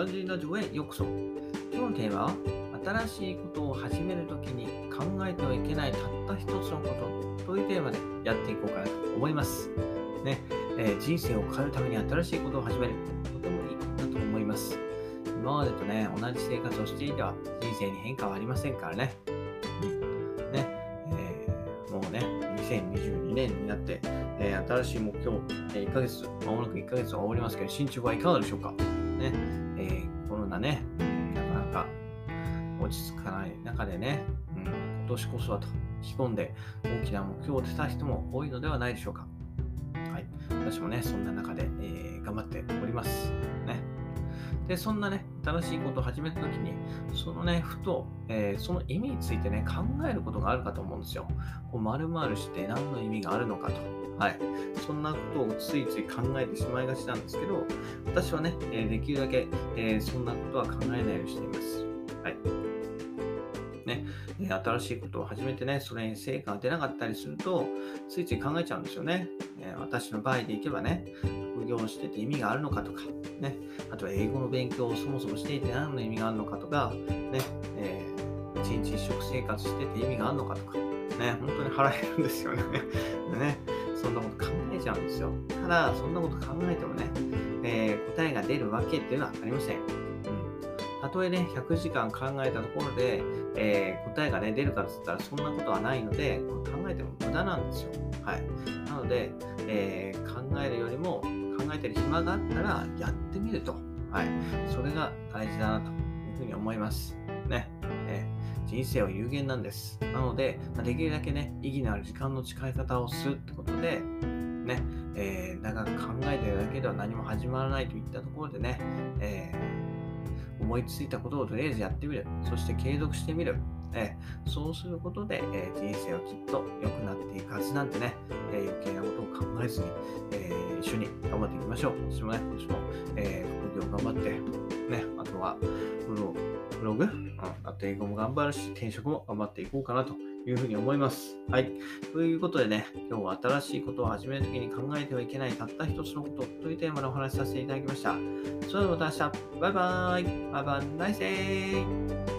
人ラジオへようこそ。今日のテーマは、新しいことを始めるときに考えてはいけないたった一つのことというテーマでやっていこうかなと思います。ね人生を変えるために新しいことを始める、とてもいいことだと思います。今までとね、同じ生活をしていては人生に変化はありませんからね。もうね、2022年になって、新しい目標、1ヶ月、まもなく1ヶ月は終わりますけど、進捗はいかがでしょうか。コロナね、なかなか落ち着かない中でね、今年こそはと意気込んで大きな目標を立てた人も多いのではないでしょうか。はい、私もね、そんな中で、頑張っております。で、そんなね、新しいことを始めたときに、そのね、ふと、その意味についてね、考えることがあるかと思うんですよ。丸々して何の意味があるのかと。はい。そんなことをついつい考えてしまいがちなんですけど、私はね、できるだけ、そんなことは考えないようにしています。はい。新しいことを始めてね、それに成果が出なかったりすると、ついつい考えちゃうんですよね。私の場合でいけばね、副業をしてて意味があるのかとか、あとは英語の勉強をそもそもしていて何の意味があるのかとか、一日一食生活してて意味があるのかとか、本当に腹減るんですよね。そんなこと考えちゃうんですよ。ただ、そんなこと考えてもね、答えが出るわけっていうのはありません。たとえね、100時間考えたところで、答えがね、出るかって言ったらそんなことはないので、考えても無駄なんですよ。はい。なので、考えるよりも、考えてる暇があったらやってみると。はい。それが大事だなというふうに思います。人生は有限なんです。なので、できるだけね、意義のある時間の使い方をするってことで、長く考えてるだけでは何も始まらないといったところでね、思いついたことをとりあえずやってみる。そして継続してみる。そうすることで、人生はきっと良くなっていくはずなんでね、余計なことを考えずに、一緒に頑張っていきましょう。私もね、今年も、副業頑張って、あとはブログ、あと英語も頑張るし、転職も頑張っていこうかなというふうに思います。はい。ということでね、今日は新しいことを始めるときに考えてはいけないたった一つのことというテーマでお話しさせていただきました。それではまた明日。バイバイ。Have a nice day.